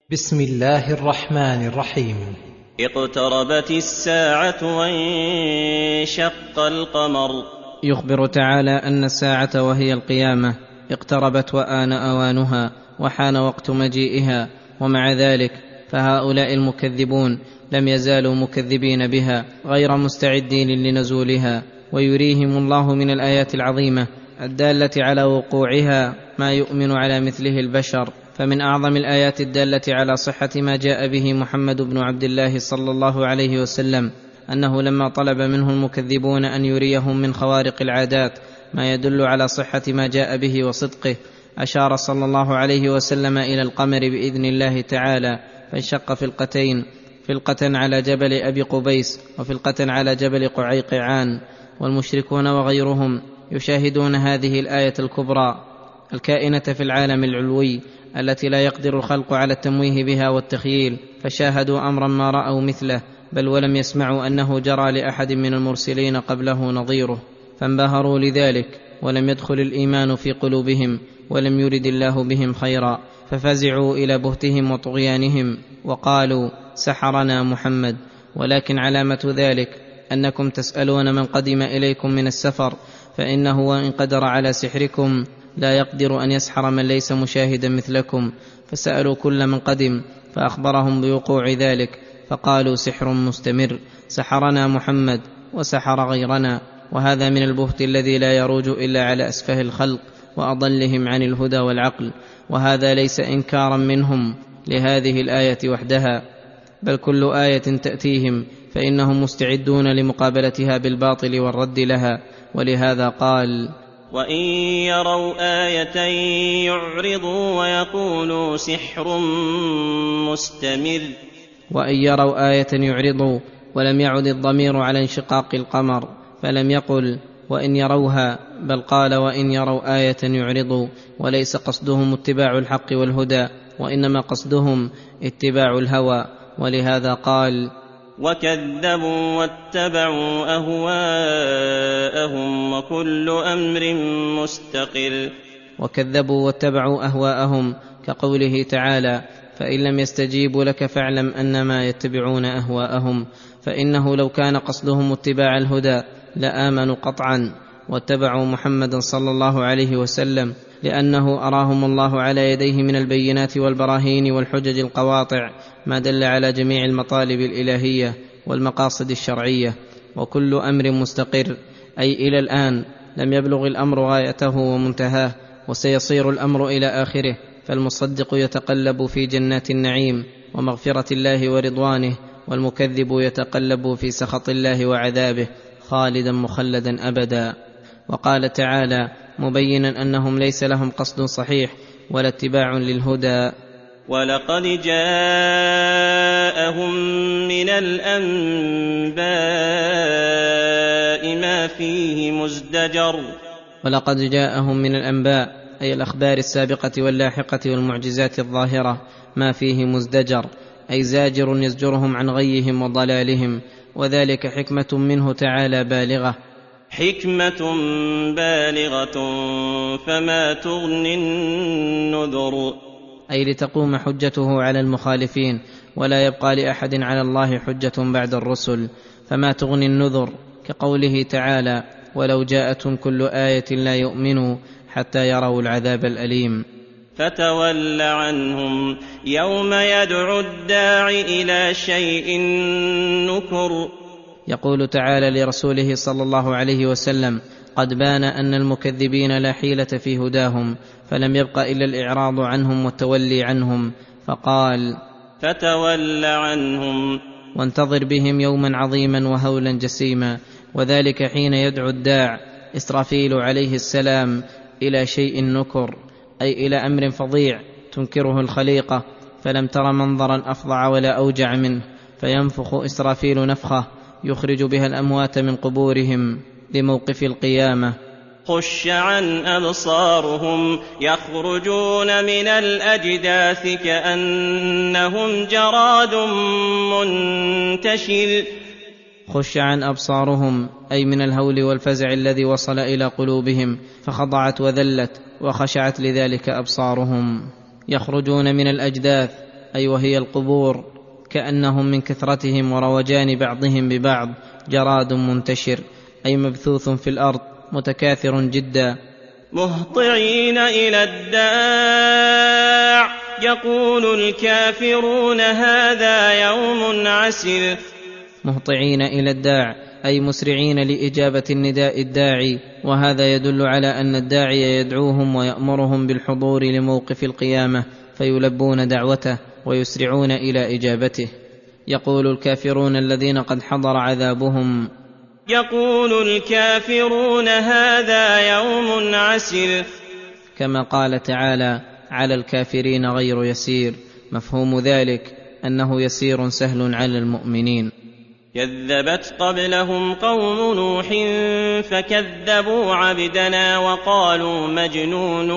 بسم الله الرحمن الرحيم. اقتربت الساعة وانشق القمر. يخبر تعالى أن الساعة وهي القيامة اقتربت وآن أوانها وحان وقت مجيئها، ومع ذلك فهؤلاء المكذبون لم يزالوا مكذبين بها غير مستعدين لنزولها، ويريهم الله من الآيات العظيمة الدالة على وقوعها ما يؤمن على مثله البشر. فمن أعظم الآيات الدالة على صحة ما جاء به محمد بن عبد الله صلى الله عليه وسلم أنه لما طلب منه المكذبون أن يريهم من خوارق العادات ما يدل على صحة ما جاء به وصدقه، أشار صلى الله عليه وسلم إلى القمر بإذن الله تعالى فانشق فلقتين، فلقة على جبل أبي قبيس وفلقة على جبل قعيقعان. والمشركون وغيرهم يشاهدون هذه الآية الكبرى الكائنة في العالم العلوي التي لا يقدر الخلق على التمويه بها والتخييل، فشاهدوا أمرا ما رأوا مثله، بل ولم يسمعوا أنه جرى لأحد من المرسلين قبله نظيره، فانبهروا لذلك ولم يدخل الإيمان في قلوبهم ولم يرد الله بهم خيرا، ففزعوا إلى بهتهم وطغيانهم وقالوا سحرنا محمد. ولكن علامة ذلك أنكم تسألون من قدم إليكم من السفر، فإنه وإن قدر على سحركم لا يقدر أن يسحر من ليس مشاهدا مثلكم. فسألوا كل من قدم فأخبرهم بوقوع ذلك، فقالوا سحر مستمر، سحرنا محمد وسحر غيرنا. وهذا من البهت الذي لا يروج إلا على أسفه الخلق وأضلهم عن الهدى والعقل. وهذا ليس إنكارا منهم لهذه الآية وحدها، بل كل آية تأتيهم فإنهم مستعدون لمقابلتها بالباطل والرد لها. ولهذا قال وإن يروا آية يعرضوا ويقولوا سحر مستمر. وإن يروا آية يعرضوا، ولم يعد الضمير على انشقاق القمر، فلم يقل وإن يروها، بل قال وإن يروا آية يعرضوا، وليس قصدهم اتباع الحق والهدى، وإنما قصدهم اتباع الهوى. ولهذا قال وكذبوا واتبعوا أهواءهم وكل أمر مستقر. وكذبوا واتبعوا أهواءهم، كقوله تعالى فإن لم يستجيبوا لك فاعلم أنما يتبعون أهواءهم، فإنه لو كان قصدهم اتباع الهدى لآمنوا قطعا واتبعوا محمدا صلى الله عليه وسلم، لأنه أراهم الله على يديه من البينات والبراهين والحجج القواطع ما دل على جميع المطالب الإلهية والمقاصد الشرعية. وكل أمر مستقر، أي إلى الآن لم يبلغ الأمر غايته ومنتهاه، وسيصير الأمر إلى آخره، فالمصدق يتقلب في جنات النعيم ومغفرة الله ورضوانه، والمكذب يتقلب في سخط الله وعذابه خالدا مخلدا أبدا. وقال تعالى مبينا أنهم ليس لهم قصد صحيح ولا اتباع للهدى ولقد جاءهم من الأنباء ما فيه مزدجر. ولقد جاءهم من الأنباء أي الأخبار السابقة واللاحقة والمعجزات الظاهرة ما فيه مزدجر، أي زاجر يزجرهم عن غيهم وضلالهم، وذلك حكمة منه تعالى بالغة، حكمة بالغة فما تغني النذر، أي لتقوم حجته على المخالفين ولا يبقى لأحد على الله حجة بعد الرسل. فما تغني النذر كقوله تعالى ولو جاءتهم كل آية لا يؤمنوا حتى يروا العذاب الأليم. فتول عنهم يوم يدعو الداع إلى شيء نكر. يقول تعالى لرسوله صلى الله عليه وسلم قد بان أن المكذبين لا حيلة في هداهم، فلم يبق إلا الإعراض عنهم والتولي عنهم، فقال فتول عنهم وانتظر بهم يوما عظيما وهولا جسيما. وذلك حين يدعو الداع إسرافيل عليه السلام إلى شيء نكر، أي إلى أمر فظيع تنكره الخليقة، فلم تر منظرا أفظع ولا أوجع منه، فينفخ إسرافيل نفخة يخرج بها الأموات من قبورهم لموقف القيامة. خش عن أبصارهم يخرجون من الأجداث كأنهم جراد منتشر. خش عن أبصارهم أي من الهول والفزع الذي وصل إلى قلوبهم، فخضعت وذلت وخشعت لذلك أبصارهم. يخرجون من الأجداث أي وهي القبور، كأنهم من كثرتهم وروجان بعضهم ببعض جراد منتشر، أي مبثوث في الأرض متكاثر جدا. مهطعين إلى الداع يقول الكافرون هذا يوم عسر. مهطعين إلى الداع أي مسرعين لإجابة النداء الداعي، وهذا يدل على أن الداعي يدعوهم ويأمرهم بالحضور لموقف القيامة فيلبون دعوته ويسرعون إلى إجابته. يقول الكافرون الذين قد حضر عذابهم، يقول الكافرون هذا يوم عسر، كما قال تعالى على الكافرين غير يسير، مفهوم ذلك أنه يسير سهل على المؤمنين. كذبت قبلهم قوم نوح فكذبوا عبدنا وقالوا مجنون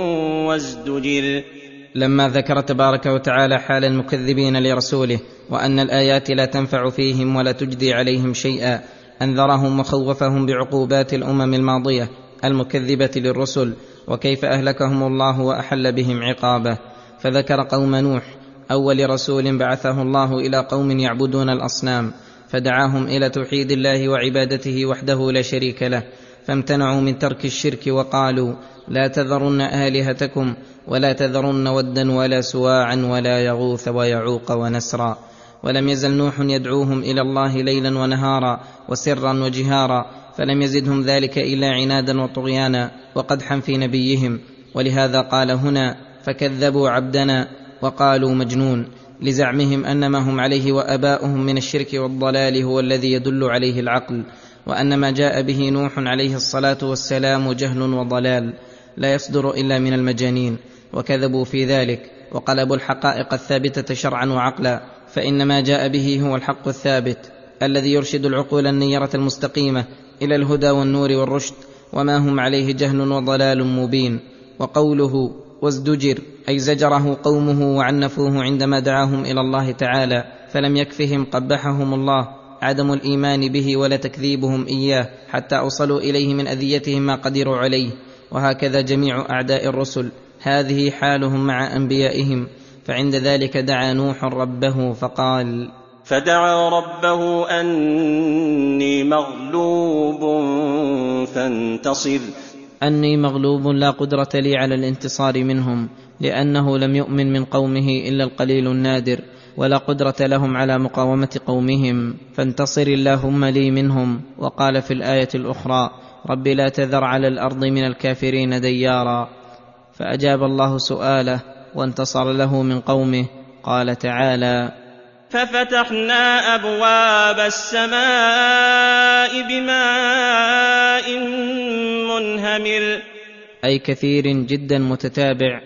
وازدجر. لما ذكر تبارك وتعالى حال المكذبين لرسوله وأن الآيات لا تنفع فيهم ولا تجدي عليهم شيئا، أنذرهم وخوفهم بعقوبات الأمم الماضية المكذبة للرسل وكيف أهلكهم الله وأحل بهم عقابه. فذكر قوم نوح أول رسول بعثه الله إلى قوم يعبدون الأصنام، فدعاهم إلى توحيد الله وعبادته وحده لا شريك له، فامتنعوا من ترك الشرك وقالوا لا تذرن آلهتكم ولا تذرن ودا ولا سواعا ولا يغوث ويعوق ونسرا. ولم يزل نوح يدعوهم إلى الله ليلا ونهارا وسرا وجهارا، فلم يزدهم ذلك إلا عنادا وطغيانا وقدحا في نبيهم. ولهذا قال هنا فكذبوا عبدنا وقالوا مجنون، لزعمهم أن ما هم عليه وآباؤهم من الشرك والضلال هو الذي يدل عليه العقل، وأن ما جاء به نوح عليه الصلاة والسلام جهل وضلال لا يصدر إلا من المجانين، وكذبوا في ذلك وقلبوا الحقائق الثابتة شرعا وعقلا، فإن ما جاء به هو الحق الثابت الذي يرشد العقول النيرة المستقيمة إلى الهدى والنور والرشد، وما هم عليه جهل وضلال مبين. وقوله وازدجر أي زجره قومه وعنفوه عندما دعاهم إلى الله تعالى، فلم يكفهم قبحهم الله عدم الإيمان به ولا تكذيبهم إياه حتى أوصلوا إليه من أذيتهم ما قدروا عليه. وهكذا جميع أعداء الرسل هذه حالهم مع أنبيائهم. فعند ذلك دعا نوح ربه فقال فدعا ربه أني مغلوب فانتصر. أني مغلوب لا قدرة لي على الانتصار منهم، لأنه لم يؤمن من قومه إلا القليل النادر، ولا قدرة لهم على مقاومة قومهم، فانتصر اللهم لي منهم. وقال في الآية الأخرى رب لا تذر على الأرض من الكافرين ديارا، فأجاب الله سؤاله وانتصر له من قومه. قال تعالى ففتحنا أبواب السماء بماء منهمر، أي كثير جدا متتابع.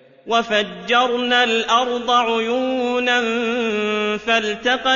وفجرنا الأرض عيونا فالتقى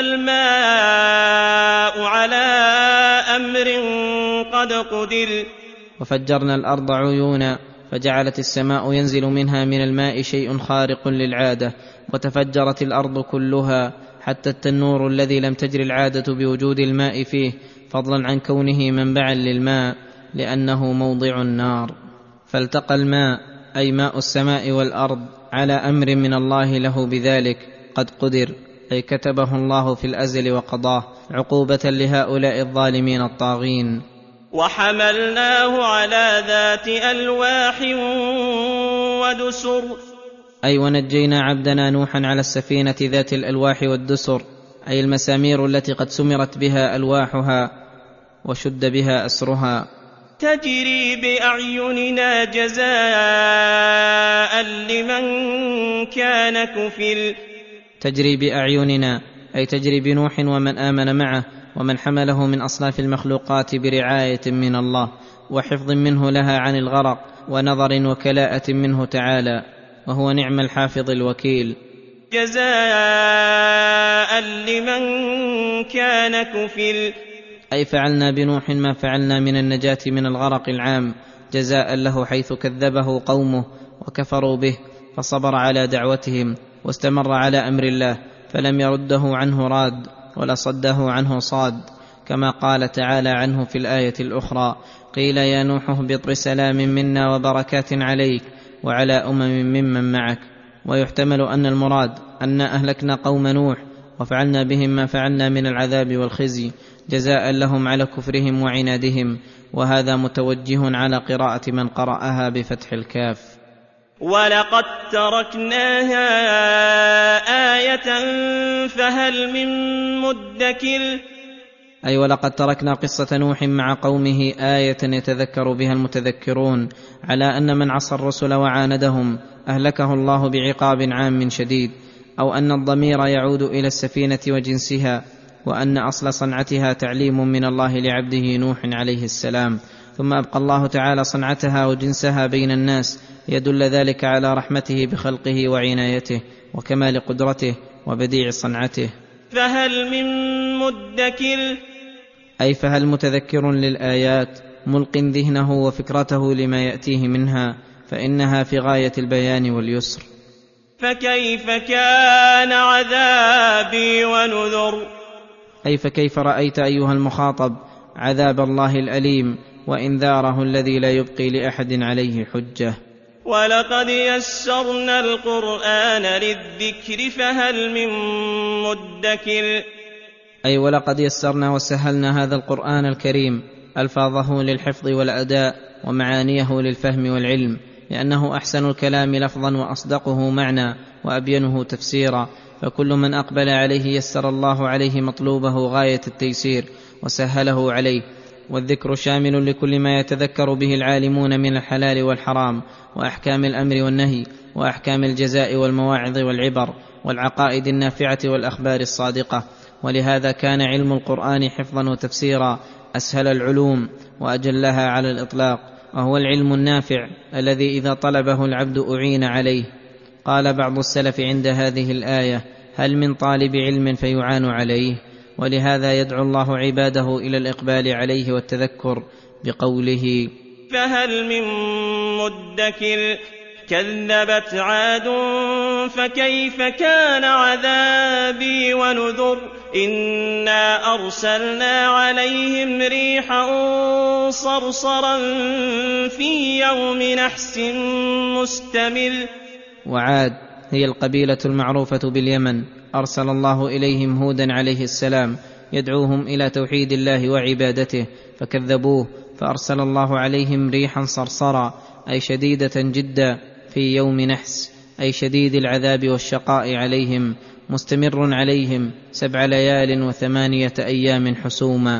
الماء على أمر قد قدر. وفجرنا الأرض عيونا فجعلت السماء ينزل منها من الماء شيء خارق للعادة، وتفجرت الأرض كلها حتى التنور الذي لم تجر العادة بوجود الماء فيه، فضلا عن كونه منبعا للماء لأنه موضع النار. فالتقى الماء أي ماء السماء والأرض على أمر من الله له بذلك قد قدر، أي كتبه الله في الأزل وقضاه عقوبة لهؤلاء الظالمين الطاغين. وحملناه على ذات ألواح ودسر، أي ونجينا عبدنا نوحا على السفينة ذات الألواح والدسر، أي المسامير التي قد سمرت بها ألواحها وشد بها أسرها، تجري بأعيننا جزاء لمن كان كفر. تجري بأعيننا أي تجري بنوح ومن آمن معه ومن حمله من أصناف المخلوقات برعاية من الله وحفظ منه لها عن الغرق ونظر وكلاءة منه تعالى، وهو نعم الحافظ الوكيل. جزاء لمن كان كفر، أي فعلنا بنوح ما فعلنا من النجاة من الغرق العام جزاء له، حيث كذبه قومه وكفروا به فصبر على دعوتهم واستمر على أمر الله، فلم يرده عنه راد ولا صده عنه صاد، كما قال تعالى عنه في الآية الأخرى قيل يا نوح اهبط بسلام منا وبركات عليك وعلى أمم ممن معك. ويحتمل أن المراد أنا أهلكنا قوم نوح وفعلنا بهم ما فعلنا من العذاب والخزي جزاء لهم على كفرهم وعنادهم. وهذا متوجه على قراءة من قرأها بفتح الكاف. ولقد تركناها آية فهل من مدكر. أي ولقد تركنا قصة نوح مع قومه آية يتذكر بها المتذكرون على أن من عصى الرسل وعاندهم أهلكه الله بعقاب عام شديد، أو أن الضمير يعود إلى السفينة وجنسها، وأن أصل صنعتها تعليم من الله لعبده نوح عليه السلام، ثم أبقى الله تعالى صنعتها وجنسها بين الناس يدل ذلك على رحمته بخلقه وعنايته وكمال قدرته وبديع صنعته. فهل من مدكر، أي فهل متذكر للآيات ملق ذهنه وفكرته لما يأتيه منها، فإنها في غاية البيان واليسر. فكيف كان عذابي ونذر. أي فكيف رأيت أيها المخاطب عذاب الله الأليم وإنذاره الذي لا يبقي لأحد عليه حجة. ولقد يسرنا القرآن للذكر فهل من مدكر. أي ولقد يسرنا وسهلنا هذا القرآن الكريم ألفاظه للحفظ والأداء ومعانيه للفهم والعلم، لأنه أحسن الكلام لفظا وأصدقه معنى وأبينه تفسيرا، فكل من أقبل عليه يسر الله عليه مطلوبه غاية التيسير وسهله عليه. والذكر شامل لكل ما يتذكر به العالمون من الحلال والحرام وأحكام الأمر والنهي وأحكام الجزاء والمواعظ والعبر والعقائد النافعة والأخبار الصادقة. ولهذا كان علم القرآن حفظا وتفسيرا أسهل العلوم وأجلها على الإطلاق، وهو العلم النافع الذي إذا طلبه العبد أعين عليه. قال بعض السلف عند هذه الآية: هل من طالب علم فيعان عليه؟ ولهذا يدعو الله عباده إلى الإقبال عليه والتذكر بقوله: فهل من مدكر. كذبت عاد فكيف كان عذابي ونذر. إنا أرسلنا عليهم ريحا صرصرا في يوم نحس مستمر. وعاد هي القبيلة المعروفة باليمن، أرسل الله إليهم هودا عليه السلام يدعوهم إلى توحيد الله وعبادته، فكذبوه فأرسل الله عليهم ريحا صرصرا أي شديدة جدا في يوم نحس، أي شديد العذاب والشقاء عليهم، مستمر عليهم 7 ليال و8 أيام حسوما.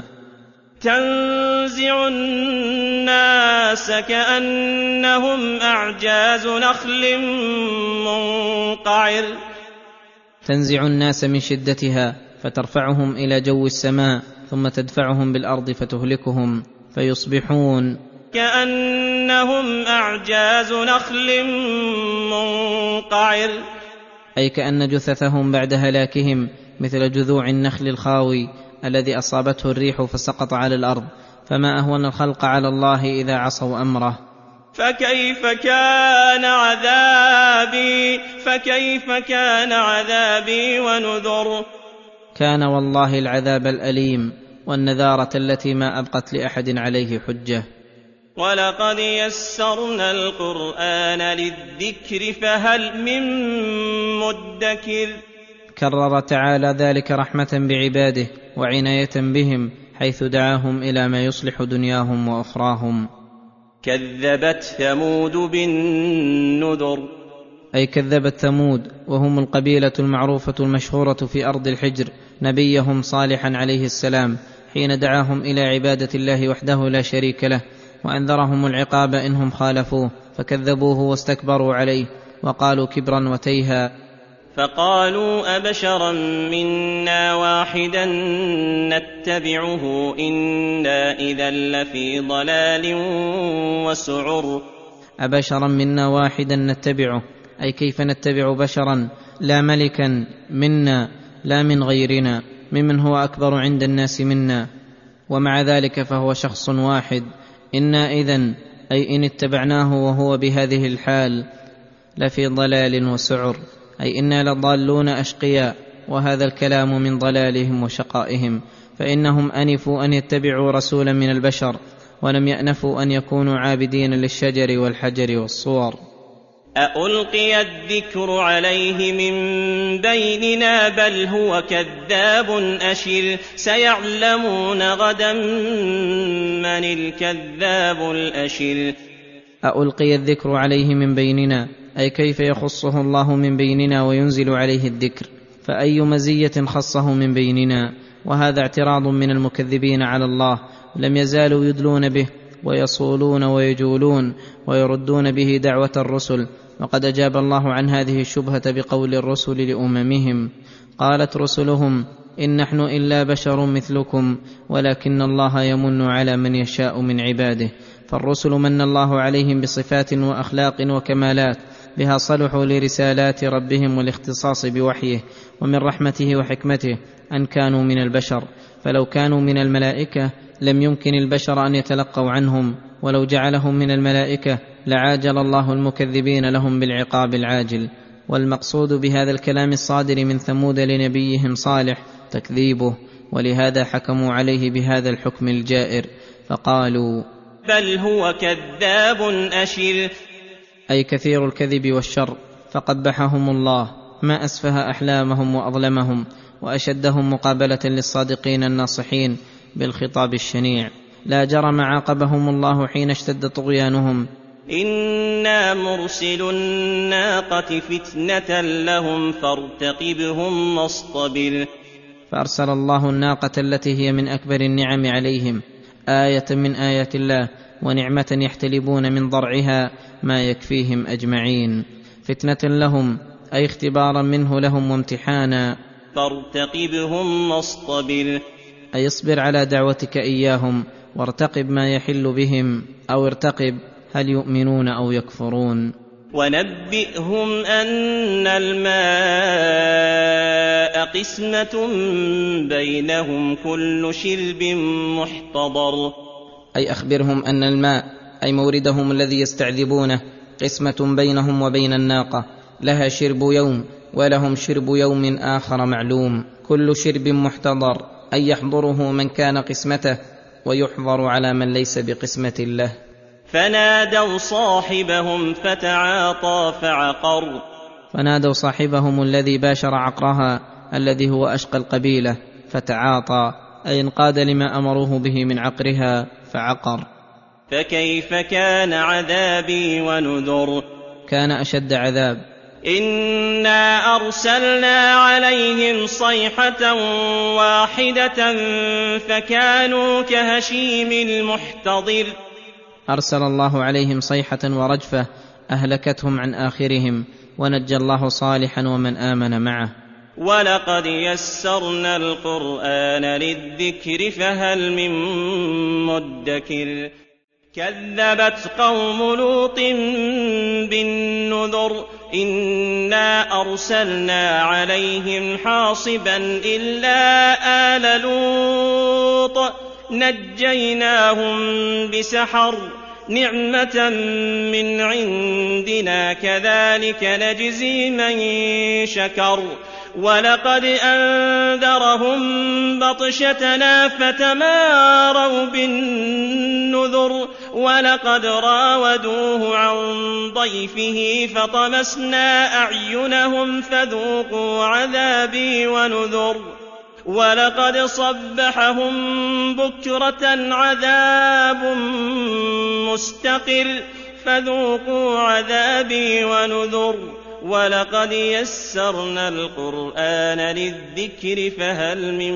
تنزع الناس كأنهم أعجاز نخل منقعر. تنزع الناس من شدتها فترفعهم إلى جو السماء ثم تدفعهم بالأرض فتهلكهم فيصبحون كأنهم أعجاز نخل منقعر، أي كأن جثثهم بعد هلاكهم مثل جذوع النخل الخاوي الذي أصابته الريح فسقط على الأرض. فما أهون الخلق على الله إذا عصوا أمره. فكيف كان عذابي ونذر. كان والله العذاب الأليم والنذارة التي ما أبقت لأحد عليه حجة. ولقد يسرنا القرآن للذكر فهل من مدكر. كرر تعالى ذلك رحمة بعباده وعناية بهم، حيث دعاهم إلى ما يصلح دنياهم وأخراهم. كذبت ثمود بالنذر، أي كذبت ثمود وهم القبيلة المعروفة المشهورة في أرض الحجر نبيهم صالحا عليه السلام، حين دعاهم إلى عبادة الله وحده لا شريك له، وأنذرهم العقاب إنهم خالفوه فكذبوه واستكبروا عليه وقالوا كبرا وتيها. فقالوا أبشرا منا واحدا نتبعه إنا إذا لفي ضلال وسعر. أبشرا منا واحدا نتبعه، أي كيف نتبع بشرا لا ملكا منا لا من غيرنا ممن هو أكبر عند الناس منا، ومع ذلك فهو شخص واحد. إنا إذن أي إن اتبعناه وهو بهذه الحال لفي ضلال وسعر، أي إنا لضالون أشقياء، وهذا الكلام من ضلالهم وشقائهم، فإنهم أنفوا أن يتبعوا رسولا من البشر ولم يأنفوا أن يكونوا عابدين للشجر والحجر والصور. أألقي الذكر عليه من بيننا بل هو كذاب أشر سيعلمون غدا من الكذاب الأشر. ألقي الذكر عليه من بيننا، أي كيف يخصه الله من بيننا وينزل عليه الذكر، فأي مزية خصه من بيننا؟ وهذا اعتراض من المكذبين على الله، لم يزالوا يدلون به ويصولون ويجولون ويردون به دعوة الرسل. وقد أجاب الله عن هذه الشبهة بقول الرسل لأممهم: قالت رسلهم إن نحن إلا بشر مثلكم ولكن الله يمن على من يشاء من عباده. فالرسل من الله عليهم بصفات وأخلاق وكمالات بها صلحوا لرسالات ربهم والاختصاص بوحيه، ومن رحمته وحكمته أن كانوا من البشر، فلو كانوا من الملائكة لم يمكن البشر أن يتلقوا عنهم، ولو جعلهم من الملائكة لعاجل الله المكذبين لهم بالعقاب العاجل. والمقصود بهذا الكلام الصادر من ثمود لنبيهم صالح تكذيبه، ولهذا حكموا عليه بهذا الحكم الجائر فقالوا: بل هو كذاب أشر، أي كثير الكذب والشر، فقبحهم الله، ما أسفه أحلامهم وأظلمهم وأشدهم مقابلة للصادقين الناصحين بالخطاب الشنيع. لا جرم عاقبهم الله حين اشتد طغيانهم: إنا مرسل الناقة فتنة لهم فارتقبهم واصطبر. فأرسل الله الناقة التي هي من أكبر النعم عليهم، آية من آيات الله ونعمة يحتلبون من ضرعها ما يكفيهم أجمعين، فتنة لهم أي اختبارا منه لهم وامتحانا. فارتقبهم واصطبر، أي اصبر على دعوتك إياهم وارتقب ما يحل بهم، أو ارتقب هل يؤمنون أو يكفرون. ونبئهم أن الماء قسمة بينهم كل شرب محتضر، أي أخبرهم أن الماء أي موردهم الذي يستعذبونه قسمة بينهم وبين الناقة، لها شرب يوم ولهم شرب يوم آخر معلوم، كل شرب محتضر أي يحضره من كان قسمته ويحضر على من ليس بقسمة له. فنادوا صاحبهم فتعاطى فعقر، فنادوا صاحبهم الذي باشر عقرها الذي هو أشقى القبيلة فتعاطى أي انقاد لما أمروه به من عقرها فعقر. فكيف كان عذابي ونذر، كان أشد عذاب. إنا أرسلنا عليهم صيحة واحدة فكانوا كهشيم المحتضر. أرسل الله عليهم صيحة ورجفة أهلكتهم عن آخرهم، ونجى الله صالحا ومن آمن معه. ولقد يسرنا القرآن للذكر فهل من مدكر. كذبت قوم لوط بالنذر، إنا أرسلنا عليهم حاصبا إلا آل لوط نجيناهم بسحر نعمة من عندنا كذلك نجزي من شكر. ولقد أنذرهم بطشتنا فتماروا بالنذر، ولقد راودوه عن ضيفه فطمسنا أعينهم فذوقوا عذابي ونذر. ولقد صبحهم بكرة عذاب مستقر فذوقوا عذابي ونذر. ولقد يسرنا القرآن للذكر فهل من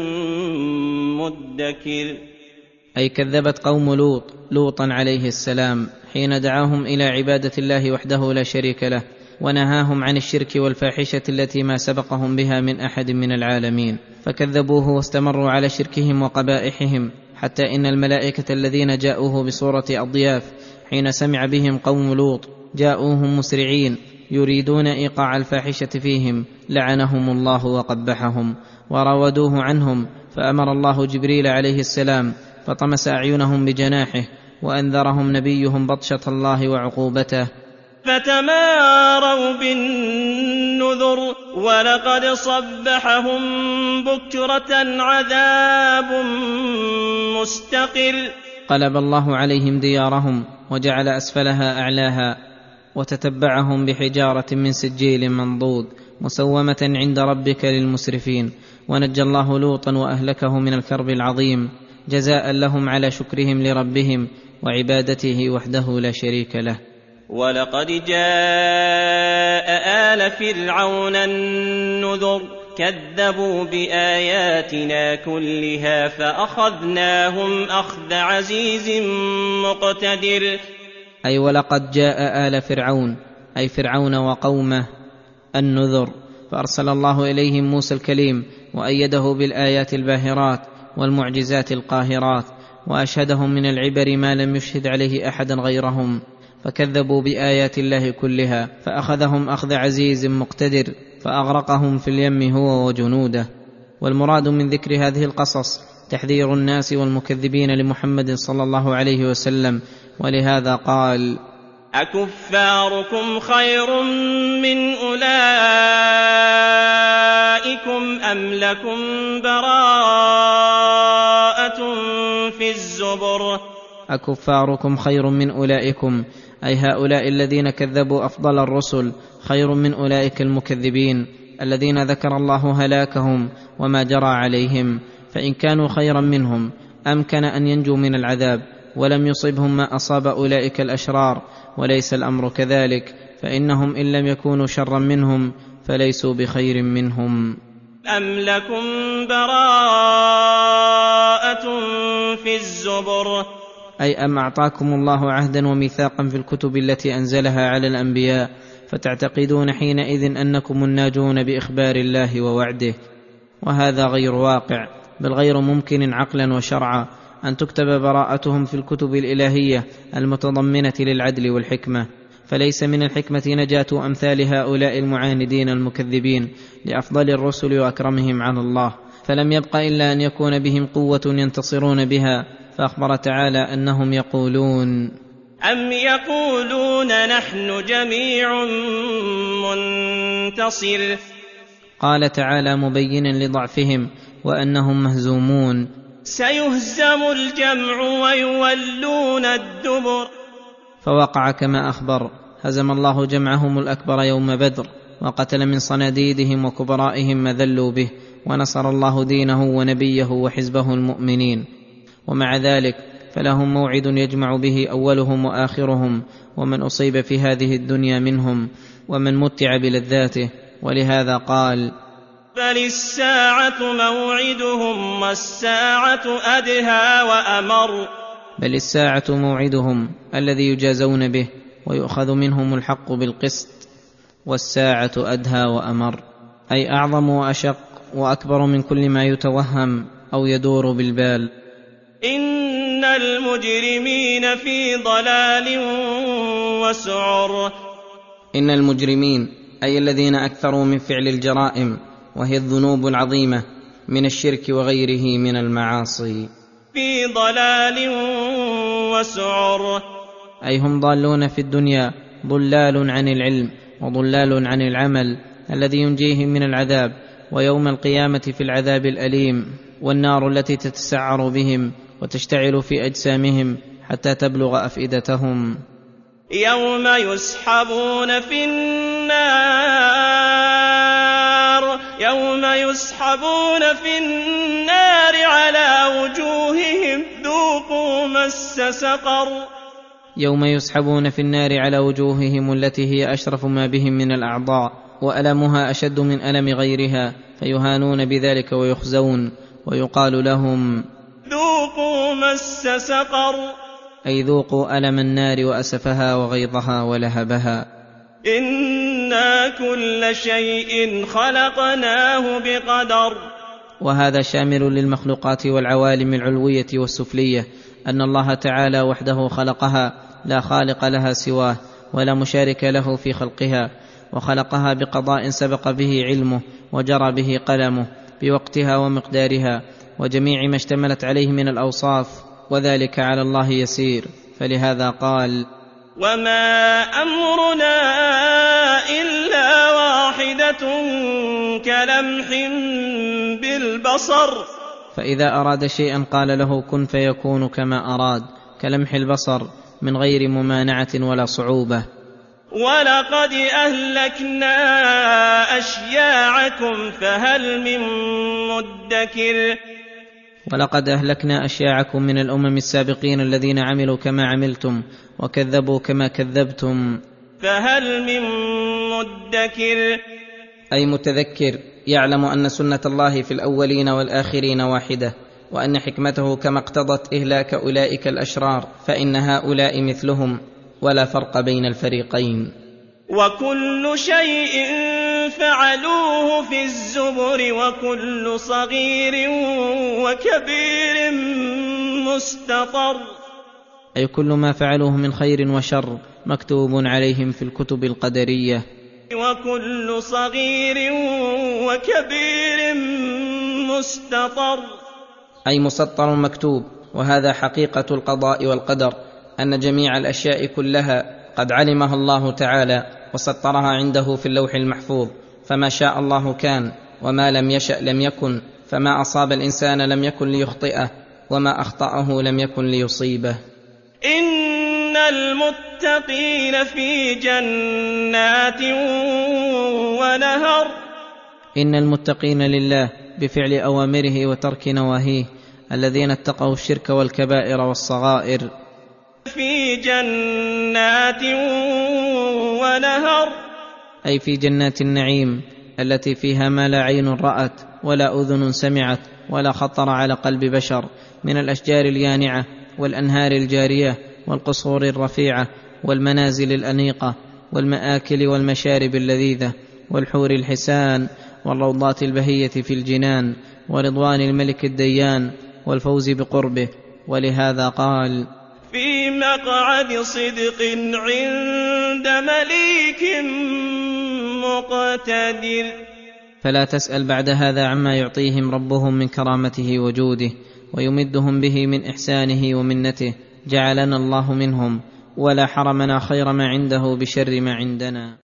مدكر. أي كذبت قوم لوطا عليه السلام حين دعاهم إلى عبادة الله وحده لا شريك له، ونهاهم عن الشرك والفاحشة التي ما سبقهم بها من أحد من العالمين، فكذبوه واستمروا على شركهم وقبائحهم، حتى إن الملائكة الذين جاءوه بصورة أضياف حين سمع بهم قوم لوط جاءوهم مسرعين يريدون إيقاع الفاحشة فيهم، لعنهم الله وقبحهم وراودوه عنهم، فأمر الله جبريل عليه السلام فطمس أعينهم بجناحه، وأنذرهم نبيهم بطشة الله وعقوبته فتماروا بالنذر. ولقد صبحهم بكرة عذاب مستقر. قلب الله عليهم ديارهم وجعل أسفلها أعلاها، وتتبعهم بحجارة من سجيل منضود مسومة عند ربك للمسرفين. ونجى الله لوطا وأهلكه من الكرب العظيم جزاء لهم على شكرهم لربهم وعبادته وحده لا شريك له. ولقد جاء آل فرعون النذر كذبوا بآياتنا كلها فأخذناهم أخذ عزيز مقتدر. أي ولقد جاء آل فرعون أي فرعون وقومه النذر، فأرسل الله إليهم موسى الكليم وأيده بالآيات الباهرات والمعجزات القاهرات، وأشهدهم من العبر ما لم يشهد عليه أحدا غيرهم، فكذبوا بآيات الله كلها فأخذهم أخذ عزيز مقتدر فأغرقهم في اليم هو وجنوده. والمراد من ذكر هذه القصص تحذير الناس والمكذبين لمحمد صلى الله عليه وسلم، ولهذا قال: أكفاركم خير من أولئكم أم لكم براءة في الزبر. أكفاركم خير من أولئكم أي هؤلاء الذين كذبوا أفضل الرسل خير من أولئك المكذبين الذين ذكر الله هلاكهم وما جرى عليهم، فإن كانوا خيرا منهم أمكن أن ينجوا من العذاب ولم يصبهم ما أصاب أولئك الأشرار، وليس الأمر كذلك، فإنهم إن لم يكونوا شرا منهم فليسوا بخير منهم. أم لكم براءة في الزبر أي أم أعطاكم الله عهدا وميثاقا في الكتب التي أنزلها على الأنبياء فتعتقدون حينئذ أنكم الناجون بإخبار الله ووعده، وهذا غير واقع، بل غير ممكن عقلا وشرعا أن تكتب براءتهم في الكتب الإلهية المتضمنة للعدل والحكمة، فليس من الحكمة نجاة أمثال هؤلاء المعاندين المكذبين لأفضل الرسل وأكرمهم على الله، فلم يبق إلا أن يكون بهم قوة ينتصرون بها، فأخبر تعالى أنهم يقولون: أم يقولون نحن جميع منتصر. قال تعالى مبينا لضعفهم وأنهم مهزومون: سيهزم الجمع ويولون الدبر. فوقع كما أخبر، هزم الله جمعهم الأكبر يوم بدر، وقتل من صناديدهم وكبرائهم ما ذلوا به، ونصر الله دينه ونبيه وحزبه المؤمنين. ومع ذلك فلهم موعد يجمع به أولهم وآخرهم، ومن أصيب في هذه الدنيا منهم، ومن متع بلذاته، ولهذا قال: بل الساعة موعدهم والساعة أدهى وأمر. بل الساعة موعدهم الذي يجازون به ويؤخذ منهم الحق بالقسط، والساعة أدهى وأمر، أي أعظم وأشق وأكبر من كل ما يتوهم أو يدور بالبال. إن المجرمين في ضلال وسعر. إن المجرمين أي الذين أكثروا من فعل الجرائم وهي الذنوب العظيمة من الشرك وغيره من المعاصي، في ضلال وسعر، أي هم ضالون في الدنيا، ضلال عن العلم وضلال عن العمل الذي ينجيهم من العذاب، ويوم القيامة في العذاب الأليم، والنار التي تتسعر بهم وتشتعل في أجسامهم حتى تبلغ أفئدتهم. يوم يسحبون في النار، يوم يسحبون في النار على وجوههم ذوقوا مس سقر. يوم يسحبون في النار على وجوههم التي هي أشرف ما بهم من الأعضاء، وألمها أشد من ألم غيرها، فيهانون بذلك ويخزون، ويقال لهم: ذوقوا مس سقر، أي ذوقوا ألم النار وأسفها وغيظها ولهبها. إنا كل شيء خلقناه بقدر. وهذا شامل للمخلوقات والعوالم العلوية والسفلية، أن الله تعالى وحده خلقها، لا خالق لها سواه ولا مشارك له في خلقها، وخلقها بقضاء سبق به علمه وجرى به قلمه بوقتها ومقدارها وجميع ما اشتملت عليه من الأوصاف، وذلك على الله يسير، فلهذا قال: وما أمرنا إلا واحدة كلمح بالبصر. فإذا أراد شيئا قال له كن فيكون كما أراد، كلمح البصر من غير ممانعة ولا صعوبة. ولقد أهلكنا أشياعكم فهل من مدكر ولقد أهلكنا أشياعكم من الأمم السابقين الذين عملوا كما عملتم وكذبوا كما كذبتم فهل من مدكر أي متذكر يعلم أن سنة الله في الأولين والآخرين واحدة، وأن حكمته كما اقتضت إهلاك أولئك الأشرار فإن هؤلاء مثلهم ولا فرق بين الفريقين. وكل شيء فعلوه في الزبر وكل صغير وكبير مستطر أي كل ما فعلوه من خير وشر مكتوب عليهم في الكتب القدرية. وكل صغير وكبير مستطر أي مسطر مكتوب. وهذا حقيقة القضاء والقدر، أن جميع الأشياء كلها قد علمها الله تعالى وسطرها عنده في اللوح المحفوظ، فما شاء الله كان وما لم يشأ لم يكن، فما أصاب الإنسان لم يكن ليخطئه وما أخطأه لم يكن ليصيبه. إن المتقين في جنات ونهر إن المتقين لله بفعل أوامره وترك نواهيه، الذين اتقوا الشرك والكبائر والصغائر، في جنات ونهر أي في جنات النعيم التي فيها ما لا عين رأت ولا أذن سمعت ولا خطر على قلب بشر، من الأشجار اليانعة والأنهار الجارية والقصور الرفيعة والمنازل الأنيقة والمآكل والمشارب اللذيذة والحور الحسان والروضات البهية في الجنان ورضوان الملك الديان والفوز بقربه. ولهذا قال: في مقعد صدق عند مليك مقتدر. فلا تسأل بعد هذا عما يعطيهم ربهم من كرامته وجوده ويمدهم به من إحسانه ومنته، جعلنا الله منهم، ولا حرمنا خير ما عنده بشر ما عندنا.